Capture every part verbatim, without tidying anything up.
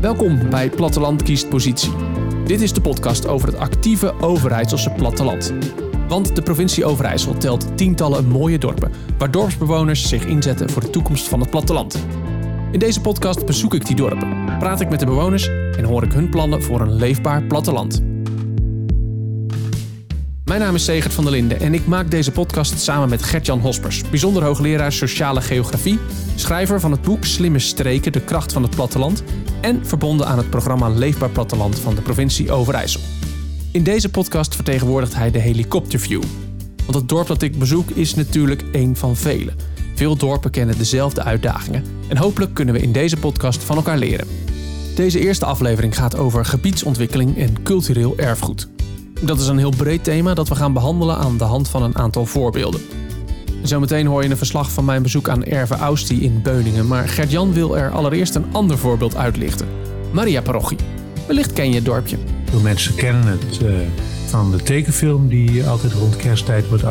Welkom bij Platteland kiest positie. Dit is de podcast over het actieve Overijsselse platteland. Want de provincie Overijssel telt tientallen mooie dorpen, waar dorpsbewoners zich inzetten voor de toekomst van het platteland. In deze podcast bezoek ik die dorpen, praat ik met de bewoners en hoor ik hun plannen voor een leefbaar platteland. Mijn naam is Segert van der Linden en ik maak deze podcast samen met Gert-Jan Hospers, bijzonder hoogleraar sociale geografie, schrijver van het boek Slimme Streken, de kracht van het platteland en verbonden aan het programma Leefbaar Platteland van de provincie Overijssel. In deze podcast vertegenwoordigt hij de helikopterview. Want het dorp dat ik bezoek is natuurlijk één van vele. Veel dorpen kennen dezelfde uitdagingen en hopelijk kunnen we in deze podcast van elkaar leren. Deze eerste aflevering gaat over gebiedsontwikkeling en cultureel erfgoed. Dat is een heel breed thema dat we gaan behandelen aan de hand van een aantal voorbeelden. Zometeen hoor je een verslag van mijn bezoek aan Erve Austie in Beuningen, maar Gert-Jan wil er allereerst een ander voorbeeld uitlichten. Mariaparochie. Wellicht ken je het dorpje. Veel mensen kennen het uh, van de tekenfilm die altijd rond kersttijd wordt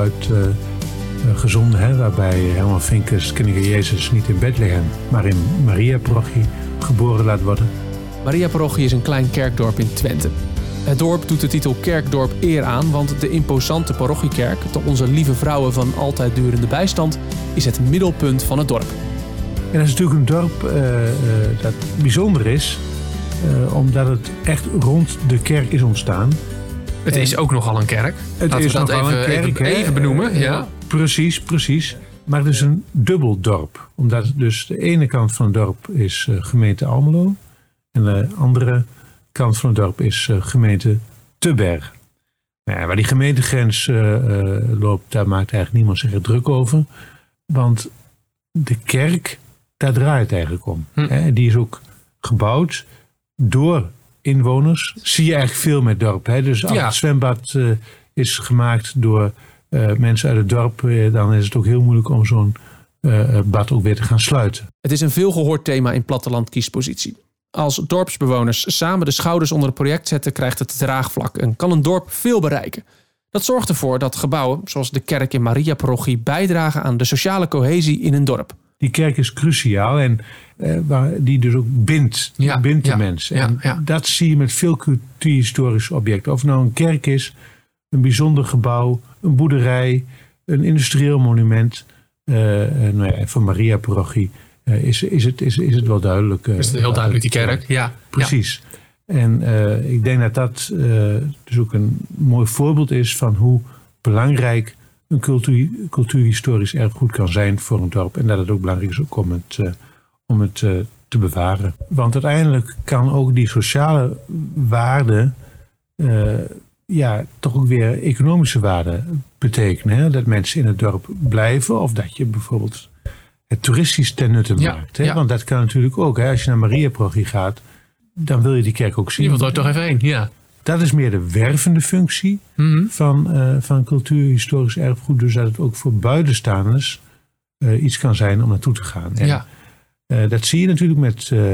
uitgezonden, uh, uh, waarbij Herman Vinkers Knikker Jezus niet in Bethlehem, maar in Mariaparochie geboren laat worden. Mariaparochie is een klein kerkdorp in Twente. Het dorp doet de titel kerkdorp eer aan, want de imposante parochiekerk, de Onze Lieve Vrouwen van altijd durende bijstand, is het middelpunt van het dorp. En dat is natuurlijk een dorp uh, uh, dat bijzonder is, uh, omdat het echt rond de kerk is ontstaan. Het is ook nogal een kerk. Het Laten is we dat nogal even, een kerk, even, even benoemen. Uh, ja. Precies, precies. Maar het is een dubbel dorp. Omdat dus de ene kant van het dorp is uh, gemeente Almelo en de andere kant van het dorp is uh, gemeente Tubbergen. Nou ja, waar die gemeentegrens uh, uh, loopt, daar maakt eigenlijk niemand zich er druk over. Want de kerk, daar draait het eigenlijk om. Hm. Hè? Die is ook gebouwd door inwoners. Zie je eigenlijk veel met het dorp. Hè? Dus als ja. het zwembad uh, is gemaakt door uh, mensen uit het dorp, uh, dan is het ook heel moeilijk om zo'n uh, bad ook weer te gaan sluiten. Het is een veelgehoord thema in Platteland kiespositie. Als dorpsbewoners samen de schouders onder het project zetten, krijgt het draagvlak en kan een dorp veel bereiken. Dat zorgt ervoor dat gebouwen, zoals de kerk in Mariaparochie, bijdragen aan de sociale cohesie in een dorp. Die kerk is cruciaal en eh, waar die dus ook bindt, die ja, bindt de ja, mensen. En ja, ja. dat zie je met veel cultuurhistorische objecten. Of het nou een kerk is, een bijzonder gebouw, een boerderij, een industrieel monument. Uh, nou ja, van Mariaparochie. Uh, is, is, het, is, is het wel duidelijk. Uh, is het heel duidelijk, die kerk? Ja. Precies. Ja. En uh, ik denk dat dat uh, dus ook een mooi voorbeeld is van hoe belangrijk een cultuur, cultuurhistorisch erfgoed kan zijn voor een dorp. En dat het ook belangrijk is ook om het, uh, om het uh, te bewaren. Want uiteindelijk kan ook die sociale waarde uh, ja, toch ook weer economische waarde betekenen. Hè? Dat mensen in het dorp blijven of dat je bijvoorbeeld het toeristisch ten nutte ja, maakt. Hè? Ja. Want dat kan natuurlijk ook. Hè? Als je naar Mariaparochie gaat, dan wil je die kerk ook zien. Je wilt er toch even heen, ja. Dat is meer de wervende functie mm-hmm. van, uh, van cultuurhistorisch erfgoed. Dus dat het ook voor buitenstaanders uh, iets kan zijn om naartoe te gaan. En, ja. uh, dat zie je natuurlijk met, uh,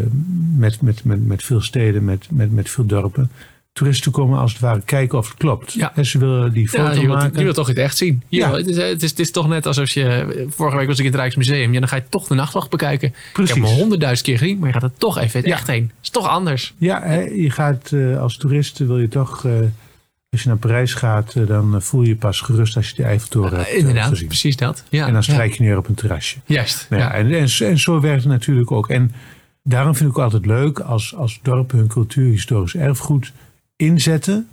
met, met, met, met veel steden, met, met, met veel dorpen. Toeristen komen als het ware kijken of het klopt. Ja. En ze willen die foto ja, je wilt, maken. Je wilt toch het echt zien. Ja. Ja, het, is, het, is, het is toch net alsof je... Vorige week was ik in het Rijksmuseum. Ja, dan ga je toch de Nachtwacht bekijken. Precies. Ik heb hem honderdduizend keer gezien. Maar je gaat er toch even ja. echt heen. Het is toch anders. Ja, hè, je gaat uh, als toerist wil je toch... Uh, als je naar Parijs gaat, uh, dan uh, voel je je pas gerust als je de Eiffeltoren uh, hebt uh, Inderdaad, gezien. Precies dat. Ja, en dan strijk ja. je neer op een terrasje. Juist. Nou, ja. en, en, en zo werkt het natuurlijk ook. En daarom vind ik het altijd leuk als, als dorpen hun cultuurhistorisch erfgoed inzetten,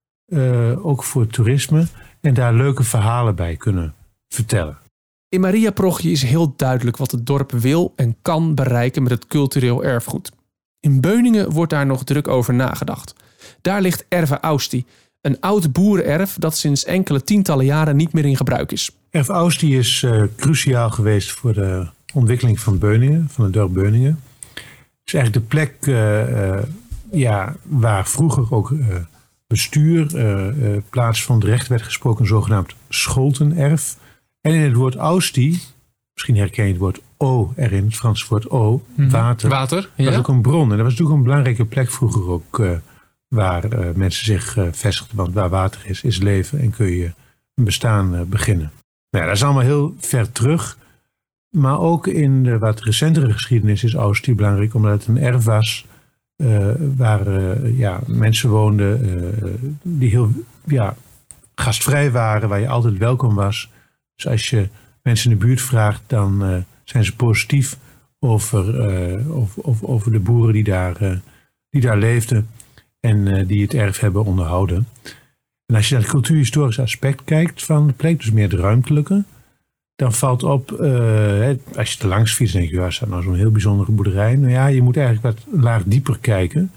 uh, ook voor toerisme, en daar leuke verhalen bij kunnen vertellen. In Mariaparochie is heel duidelijk wat het dorp wil en kan bereiken met het cultureel erfgoed. In Beuningen wordt daar nog druk over nagedacht. Daar ligt Erve Austie, een oud boerenerf dat sinds enkele tientallen jaren niet meer in gebruik is. Erve Austie is uh, cruciaal geweest voor de ontwikkeling van Beuningen, van het dorp Beuningen. Het is eigenlijk de plek uh, uh, Ja, waar vroeger ook uh, bestuur uh, uh, plaatsvond, recht werd gesproken, zogenaamd Scholtenerf. En in het woord Austie, misschien herken je het woord o erin, het Franse woord o, mm-hmm. water. Water, ja. Dat was ook een bron. En dat was natuurlijk een belangrijke plek vroeger ook, uh, waar uh, mensen zich uh, vestigden. Want waar water is, is leven en kun je een bestaan uh, beginnen. Nou ja, dat is allemaal heel ver terug. Maar ook in de wat recentere geschiedenis is Austie belangrijk, omdat het een erf was uh, waar uh, ja, mensen woonden uh, die heel ja, gastvrij waren, waar je altijd welkom was. Dus als je mensen in de buurt vraagt, dan uh, zijn ze positief over, uh, over, over, over de boeren die daar, uh, die daar leefden en uh, die het erf hebben onderhouden. En als je naar het cultuurhistorisch aspect kijkt van de plek, dus meer het ruimtelijke, dan valt op, uh, als je er langs fietst, denk je, ja, is dat nou zo'n heel bijzondere boerderij? Nou ja, je moet eigenlijk wat een laag dieper kijken.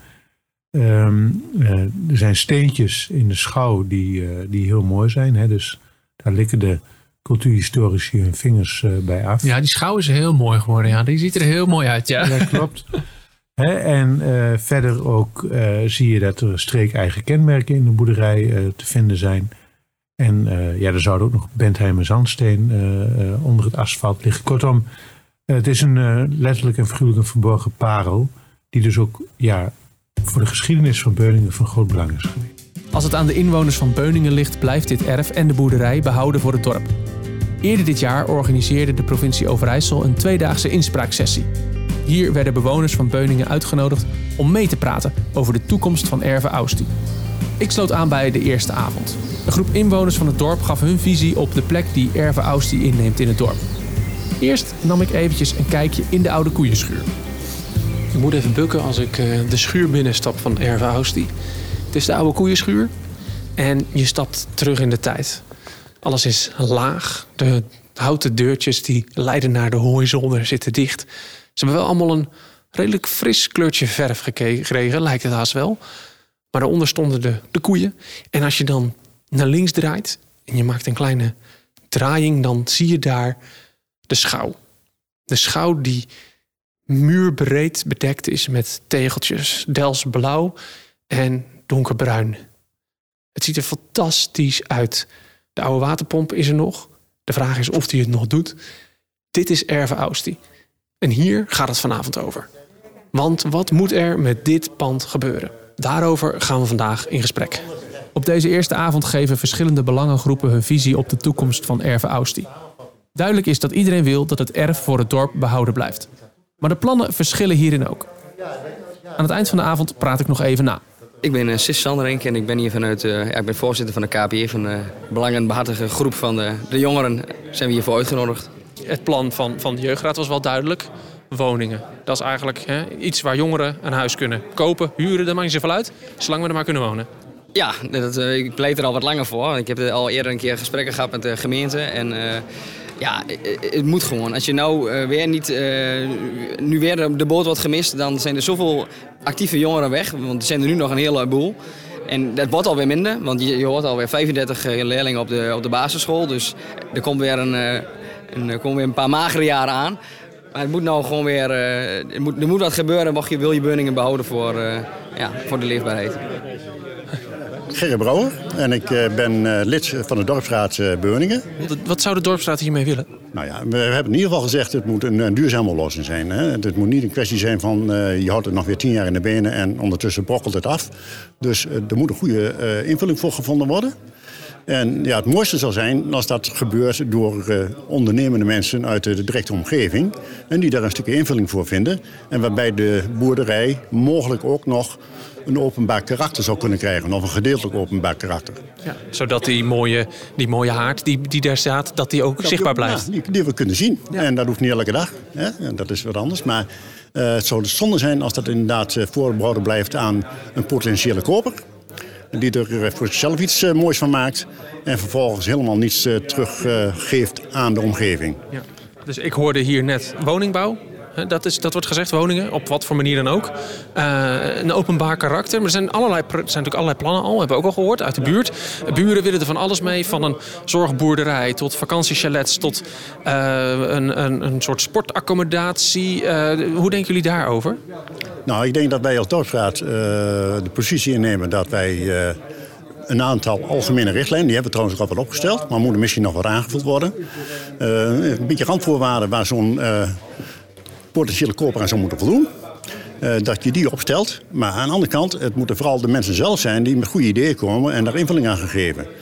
Um, uh, er zijn steentjes in de schouw die, uh, die heel mooi zijn. Hè? Dus daar likken de cultuurhistorici hun vingers uh, bij af. Ja, die schouw is heel mooi geworden. Ja. Die ziet er heel mooi uit. Ja, ja klopt. Hè? En uh, verder ook uh, zie je dat er streek-eigen kenmerken in de boerderij uh, te vinden zijn. En uh, ja, er zouden ook nog Bentheimer zandsteen uh, uh, onder het asfalt liggen. Kortom, uh, het is een uh, letterlijk en figuurlijk een verborgen parel. Die dus ook ja, voor de geschiedenis van Beuningen van groot belang is geweest. Als het aan de inwoners van Beuningen ligt, blijft dit erf en de boerderij behouden voor het dorp. Eerder dit jaar organiseerde de provincie Overijssel een tweedaagse inspraaksessie. Hier werden bewoners van Beuningen uitgenodigd om mee te praten over de toekomst van Erve Austie. Ik sloot aan bij de eerste avond. Een groep inwoners van het dorp gaf hun visie op de plek die Erve Austie inneemt in het dorp. Eerst nam ik eventjes een kijkje in de oude koeienschuur. Ik moet even bukken als ik uh, de schuur binnenstap van Erve Austie. Het is de oude koeienschuur en je stapt terug in de tijd. Alles is laag. De houten deurtjes die leiden naar de hooizolder zitten dicht. Ze hebben wel allemaal een redelijk fris kleurtje verf gekregen, lijkt het haast wel. Maar daaronder stonden de, de koeien. En als je dan naar links draait en je maakt een kleine draaiing, dan zie je daar de schouw. De schouw die muurbreed bedekt is met tegeltjes, Delsblauw en donkerbruin. Het ziet er fantastisch uit. De oude waterpomp is er nog. De vraag is of die het nog doet. Dit is Erve Austie. En hier gaat het vanavond over. Want wat moet er met dit pand gebeuren? Daarover gaan we vandaag in gesprek. Op deze eerste avond geven verschillende belangengroepen hun visie op de toekomst van Erve Austie. Duidelijk is dat iedereen wil dat het erf voor het dorp behouden blijft. Maar de plannen verschillen hierin ook. Aan het eind van de avond praat ik nog even na. Ik ben uh, Sis Sanderink en ik ben hier vanuit, uh, ja, ik ben voorzitter van de K P I, van de belangenbehartige groep van de, de jongeren. Zijn we hiervoor uitgenodigd. Het plan van, van de jeugdraad was wel duidelijk. Woningen. Dat is eigenlijk hè, iets waar jongeren een huis kunnen kopen, huren, dat maakt niet zoveel uit. Zolang we er maar kunnen wonen. Ja, dat, uh, ik pleit er al wat langer voor. Ik heb al eerder een keer gesprekken gehad met de gemeente. En uh, ja, het moet gewoon. Als je nou uh, weer niet, uh, nu weer de boot wordt gemist, dan zijn er zoveel actieve jongeren weg. Want er zijn er nu nog een heleboel. En dat wordt alweer minder, want je, je hoort alweer vijfendertig leerlingen op de, op de basisschool. Dus er komt weer een, een, er komen weer een paar magere jaren aan. Maar het moet nou gewoon weer, uh, er, moet, er moet wat gebeuren, mocht je, wil je Beuningen behouden voor, uh, ja, voor de leefbaarheid. Gerrit Brouwer en ik ben uh, lid van de dorpsraad uh, Beuningen. Wat, wat zou de dorpsraad hiermee willen? Nou ja, we hebben in ieder geval gezegd, het moet een, een duurzame oplossing zijn. Hè? Het moet niet een kwestie zijn van uh, je houdt het nog weer tien jaar in de benen en ondertussen brokkelt het af. Dus uh, er moet een goede uh, invulling voor gevonden worden. En ja, het mooiste zal zijn als dat gebeurt door uh, ondernemende mensen uit de directe omgeving. En die daar een stukje invulling voor vinden. En waarbij de boerderij mogelijk ook nog een openbaar karakter zou kunnen krijgen. Of een gedeeltelijk openbaar karakter. Ja, zodat die mooie, die mooie haard die, die daar staat, dat die ook dat zichtbaar die, blijft. Ja, die, die we kunnen zien. Ja. En dat hoeft niet elke dag. Hè? En dat is wat anders. Maar uh, het zou zonde zijn als dat inderdaad uh, voorbehouden blijft aan een potentiële koper. Die er voor zichzelf iets uh, moois van maakt. En vervolgens helemaal niets uh, teruggeeft uh, aan de omgeving. Ja. Dus ik hoorde hier net woningbouw. Dat, is, dat wordt gezegd, woningen, op wat voor manier dan ook. Uh, een openbaar karakter. Maar er zijn, allerlei, er zijn natuurlijk allerlei plannen al, hebben we ook al gehoord, uit de buurt. Buren willen er van alles mee, van een zorgboerderij tot vakantiechalets, tot uh, een, een, een soort sportaccommodatie. Uh, hoe denken jullie daarover? Nou, ik denk dat wij als dorpsraad uh, de positie innemen dat wij uh, een aantal algemene richtlijnen, die hebben we trouwens ook al wat opgesteld, maar moeten misschien nog wat aangevuld worden. Uh, een beetje randvoorwaarden waar zo'n uh, potentiële koper aan zou moeten voldoen. Uh, dat je die opstelt. Maar aan de andere kant, het moeten vooral de mensen zelf zijn die met goede ideeën komen en daar invulling aan geven.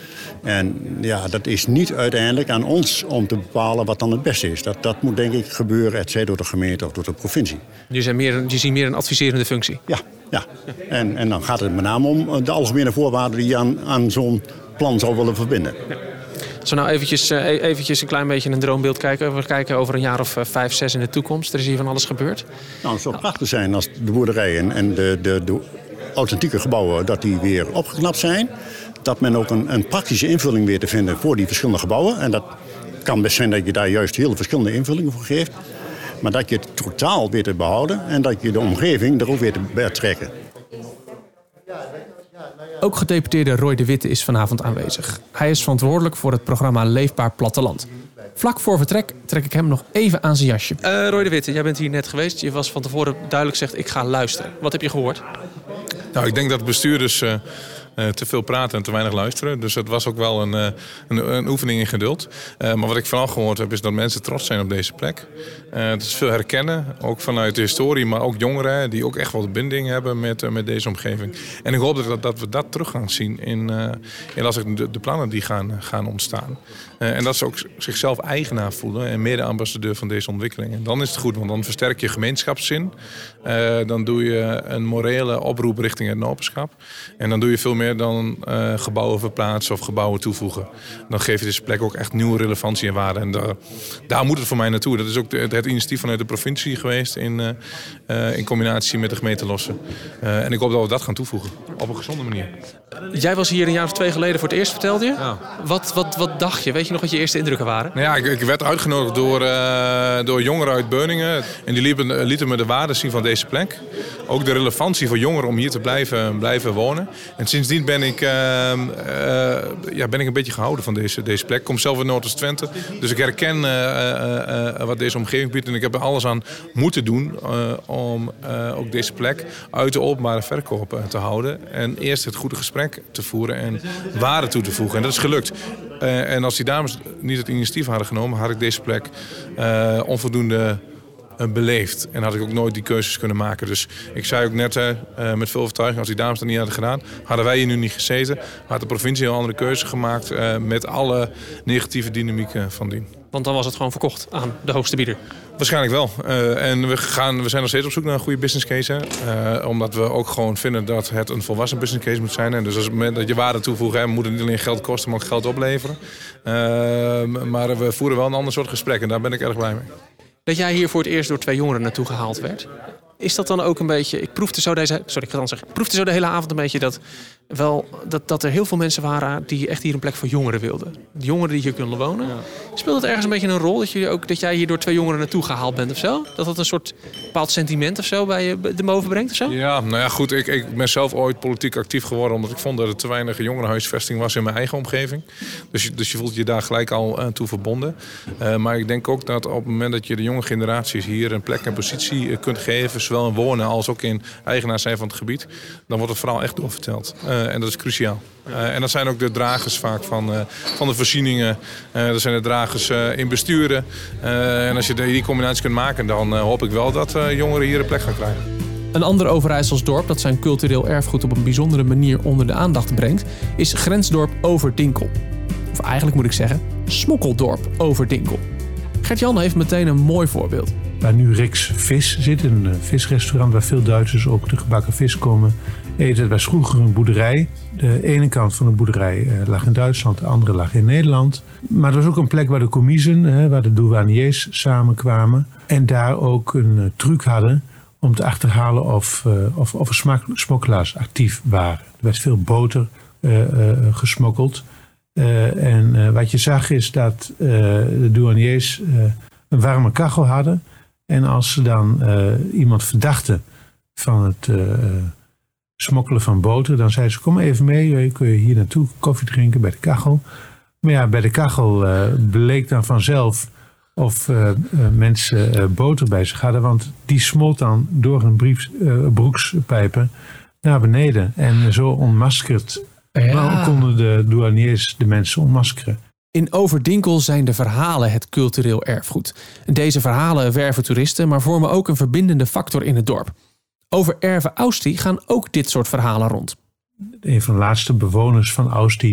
En ja, dat is niet uiteindelijk aan ons om te bepalen wat dan het beste is. Dat, dat moet denk ik gebeuren, het zij door de gemeente of door de provincie. Je ziet meer, je ziet meer een adviserende functie. Ja, ja. En, en dan gaat het met name om de algemene voorwaarden die je aan, aan zo'n plan zou willen verbinden. Ja. Als we nou eventjes, uh, eventjes een klein beetje een droombeeld kijken. We kijken over een jaar of uh, vijf, zes in de toekomst. Er is hier van alles gebeurd. Nou, het zou prachtig zijn als de boerderijen en de, de, de authentieke gebouwen, dat die weer opgeknapt zijn. Dat men ook een, een praktische invulling weer te vinden voor die verschillende gebouwen. En dat kan best zijn dat je daar juist heel verschillende invullingen voor geeft. Maar dat je het totaal weer te behouden en dat je de omgeving er ook weer te betrekken. Ook gedeputeerde Roy de Witte is vanavond aanwezig. Hij is verantwoordelijk voor het programma Leefbaar Platteland. Vlak voor vertrek trek ik hem nog even aan zijn jasje. Uh, Roy de Witte, jij bent hier net geweest. Je was van tevoren duidelijk gezegd, ik ga luisteren. Wat heb je gehoord? Nou, ik denk dat bestuurders uh, uh, te veel praten en te weinig luisteren. Dus het was ook wel een, uh, een, een oefening in geduld. Uh, maar wat ik vooral gehoord heb, is dat mensen trots zijn op deze plek. Uh, het is veel herkennen, ook vanuit de historie, maar ook jongeren die ook echt wel de binding hebben met, uh, met deze omgeving. En ik hoop dat, dat we dat terug gaan zien in, uh, in als ik de, de plannen die gaan, gaan ontstaan. Uh, en dat ze ook zichzelf eigenaar voelen en mede-ambassadeur van deze ontwikkeling. En dan is het goed, want dan versterk je gemeenschapszin. Uh, dan doe je een morele oproep richting het nopenschap. En dan doe je veel meer dan uh, gebouwen verplaatsen of gebouwen toevoegen. Dan geef je deze plek ook echt nieuwe relevantie en waarde. En daar, daar moet het voor mij naartoe. Dat is ook de, het initiatief vanuit de provincie geweest in, uh, uh, in combinatie met de gemeente Lossen. Uh, en ik hoop dat we dat gaan toevoegen op een gezonde manier. Jij was hier een jaar of twee geleden voor het eerst, vertelde je? Ja. Wat, wat, wat dacht je? Weet je nog wat je eerste indrukken waren? Nou ja, ik, ik werd uitgenodigd door, uh, door jongeren uit Beuningen. En die liepen, lieten me de waarde zien van deze plek. Ook de relevantie voor jongeren om hier te blijven, blijven wonen. En sindsdien ben ik, uh, uh, ja, ben ik een beetje gehouden van deze, deze plek. Ik kom zelf in Noord-Twente. Dus ik herken uh, uh, uh, wat deze omgeving biedt. En ik heb er alles aan moeten doen uh, om uh, ook deze plek uit de openbare verkoop uh, te houden. En eerst het goede gesprek te voeren en waarde toe te voegen. En dat is gelukt. Uh, en als die dames niet het initiatief hadden genomen, had ik deze plek uh, onvoldoende uh, beleefd. En had ik ook nooit die keuzes kunnen maken. Dus ik zei ook net uh, met veel overtuiging, als die dames dat niet hadden gedaan, hadden wij hier nu niet gezeten. Had de provincie een andere keuze gemaakt uh, met alle negatieve dynamiek uh, van dien. Want dan was het gewoon verkocht aan de hoogste bieder. Waarschijnlijk wel. Uh, en we, gaan, we zijn nog steeds op zoek naar een goede business case. Uh, omdat we ook gewoon vinden dat het een volwassen business case moet zijn. En dus als het moment dat je waarde toevoegt, hè, moet het niet alleen geld kosten, maar ook geld opleveren. Uh, maar we voeren wel een ander soort gesprek en daar ben ik erg blij mee. Dat jij hier voor het eerst door twee jongeren naartoe gehaald werd. Is dat dan ook een beetje... Ik proefde zo deze... Sorry, ik ga dan zeggen. Ik proefde zo de hele avond een beetje dat... Wel, dat, dat er heel veel mensen waren die echt hier een plek voor jongeren wilden. De jongeren die hier kunnen wonen. Ja. Speelt het ergens een beetje een rol dat, jullie ook, dat jij hier door twee jongeren naartoe gehaald bent of zo? Dat dat een soort bepaald sentiment of zo bij je de boven brengt of zo? Ja, nou ja, goed. Ik, ik ben zelf ooit politiek actief geworden omdat ik vond dat er te weinig jongerenhuisvesting was in mijn eigen omgeving. Dus je, dus je voelt je daar gelijk al uh, toe verbonden. Uh, maar ik denk ook dat op het moment dat je de jonge generaties hier een plek en positie uh, kunt geven, zowel in wonen als ook in eigenaar zijn van het gebied, dan wordt het verhaal echt doorverteld. Uh, en dat is cruciaal. Uh, en dat zijn ook de dragers vaak van, uh, van de voorzieningen. Uh, dat zijn de dragers uh, in besturen. Uh, en als je die combinatie kunt maken, dan uh, hoop ik wel dat uh, jongeren hier een plek gaan krijgen. Een ander Overijssels dorp dat zijn cultureel erfgoed op een bijzondere manier onder de aandacht brengt, is grensdorp Overdinkel. Of eigenlijk moet ik zeggen, smokkeldorp Overdinkel. Gert-Jan heeft meteen een mooi voorbeeld. Waar nu Riks Vis zit, een visrestaurant waar veel Duitsers ook de gebakken vis komen eten. Het was vroeger een boerderij. De ene kant van de boerderij lag in Duitsland, de andere lag in Nederland. Maar het was ook een plek waar de commiezen, waar de douaniers samenkwamen. En daar ook een truc hadden om te achterhalen of, of, of er smokkelaars actief waren. Er werd veel boter uh, uh, gesmokkeld. Uh, en uh, wat je zag is dat uh, de douaniers uh, een warme kachel hadden. En als ze dan uh, iemand verdachten van het uh, smokkelen van boter, dan zeiden ze, kom even mee, kun je hier naartoe koffie drinken bij de kachel. Maar ja, bij de kachel uh, bleek dan vanzelf of uh, uh, mensen uh, boter bij zich hadden, want die smolt dan door hun brief, uh, broekspijpen naar beneden. En zo onmaskerd ja. konden de douaniers de mensen onmaskeren. In Overdinkel zijn de verhalen het cultureel erfgoed. Deze verhalen werven toeristen, maar vormen ook een verbindende factor in het dorp. Over Erve Austie gaan ook dit soort verhalen rond. Een van de laatste bewoners van Austie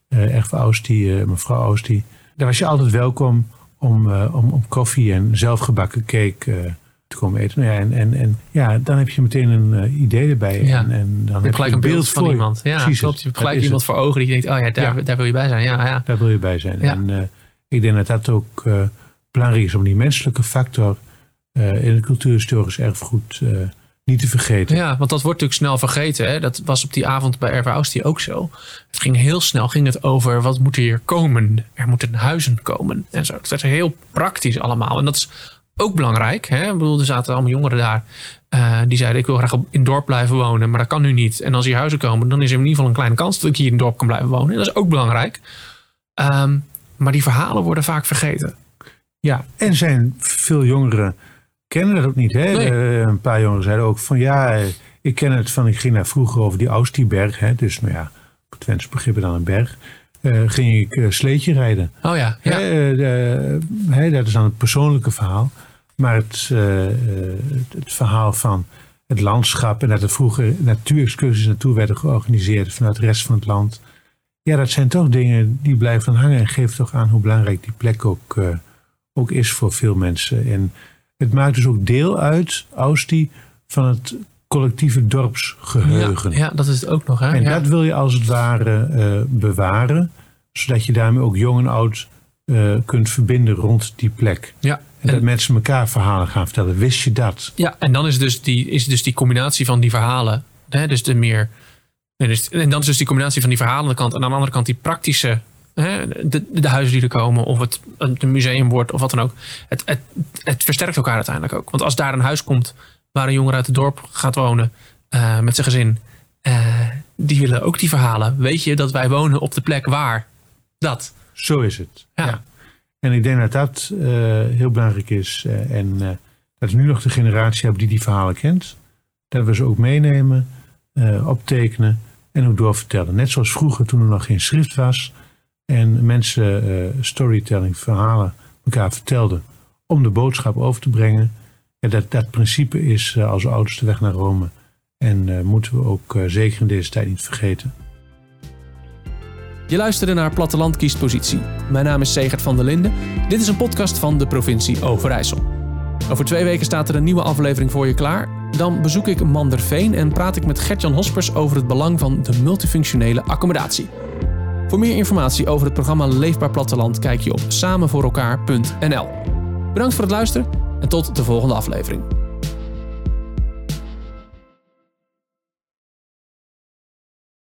uh, Erve Austie, uh, mevrouw Austie. Daar was je altijd welkom om, uh, om, om koffie en zelfgebakken cake uh, te komen eten. Nou ja, en, en, en ja, dan heb je meteen een uh, idee erbij. Ja. En, en dan heb je gelijk een beeld, beeld van voor iemand. Ja, precies. Klopt. Je hebt gelijk iemand het. voor ogen die denkt, oh ja, daar, ja. daar wil je bij zijn. Ja, ja. Daar wil je bij zijn. Ja. En uh, ik denk dat dat ook uh, belangrijk is om die menselijke factor uh, in het cultuurhistorisch erfgoed uh, niet te vergeten. Ja, want dat wordt natuurlijk snel vergeten. Hè? Dat was op die avond bij Erve Austie ook zo. Het ging heel snel ging het over wat moet er hier komen. Er moeten huizen komen. En zo. Het werd heel praktisch allemaal. En dat is ook belangrijk. Hè? Ik bedoel, er zaten allemaal jongeren daar. Uh, die zeiden, ik wil graag in het dorp blijven wonen. Maar dat kan nu niet. En als hier huizen komen, dan is er in ieder geval een kleine kans dat ik hier in het dorp kan blijven wonen. En dat is ook belangrijk. Um, maar die verhalen worden vaak vergeten. Ja, en zijn veel jongeren kennen dat ook niet. Hè? Nee. Uh, een paar jongeren zeiden ook van ja, ik ken het van, ik ging naar vroeger over die Austieberg. Hè? Dus nou ja, op Twents begrippen dan een berg. Uh, ging ik uh, sleetje rijden. Oh ja, ja. Hè, uh, de, uh, dat is dan het persoonlijke verhaal. Maar het, uh, uh, het verhaal van het landschap en dat er vroeger natuurexcursies naartoe werden georganiseerd vanuit de rest van het land. Ja, dat zijn toch dingen die blijven hangen en geven toch aan hoe belangrijk die plek ook, uh, ook is voor veel mensen. En het maakt dus ook deel uit, Austie, van het collectieve dorpsgeheugen. Ja, ja, dat is het ook nog. Hè? En ja. dat wil je als het ware uh, bewaren, zodat je daarmee ook jong en oud uh, kunt verbinden rond die plek. Ja. En dat en, mensen elkaar verhalen gaan vertellen. Wist je dat? Ja, en dan is dus die, is dus die combinatie van die verhalen. Hè, dus de meer. En dan is dus die combinatie van die verhalen aan de kant. En aan de andere kant die praktische. Hè, de, de huizen die er komen. Of het een museum wordt. Of wat dan ook. Het, het, het versterkt elkaar uiteindelijk ook. Want als daar een huis komt. Waar een jongere uit het dorp gaat wonen. Uh, met zijn gezin. Uh, die willen ook die verhalen. Weet je dat wij wonen op de plek waar. Dat. Zo is het. Ja. ja. En ik denk dat dat uh, heel belangrijk is. Uh, en uh, dat we nu nog de generatie hebben die die verhalen kent. Dat we ze ook meenemen, uh, optekenen en ook doorvertellen. Net zoals vroeger toen er nog geen schrift was. En mensen uh, storytelling, verhalen elkaar vertelden. Om de boodschap over te brengen. En dat, dat principe is uh, als ouders de weg naar Rome. En uh, moeten we ook uh, zeker in deze tijd niet vergeten. Je luisterde naar Platteland kiest positie. Mijn naam is Segert van der Linden. Dit is een podcast van de provincie Overijssel. Over twee weken staat er een nieuwe aflevering voor je klaar. Dan bezoek ik Manderveen en praat ik met Gert-Jan Hospers over het belang van de multifunctionele accommodatie. Voor meer informatie over het programma Leefbaar Platteland kijk je op samenvoorelkaar punt n l. Bedankt voor het luisteren en tot de volgende aflevering.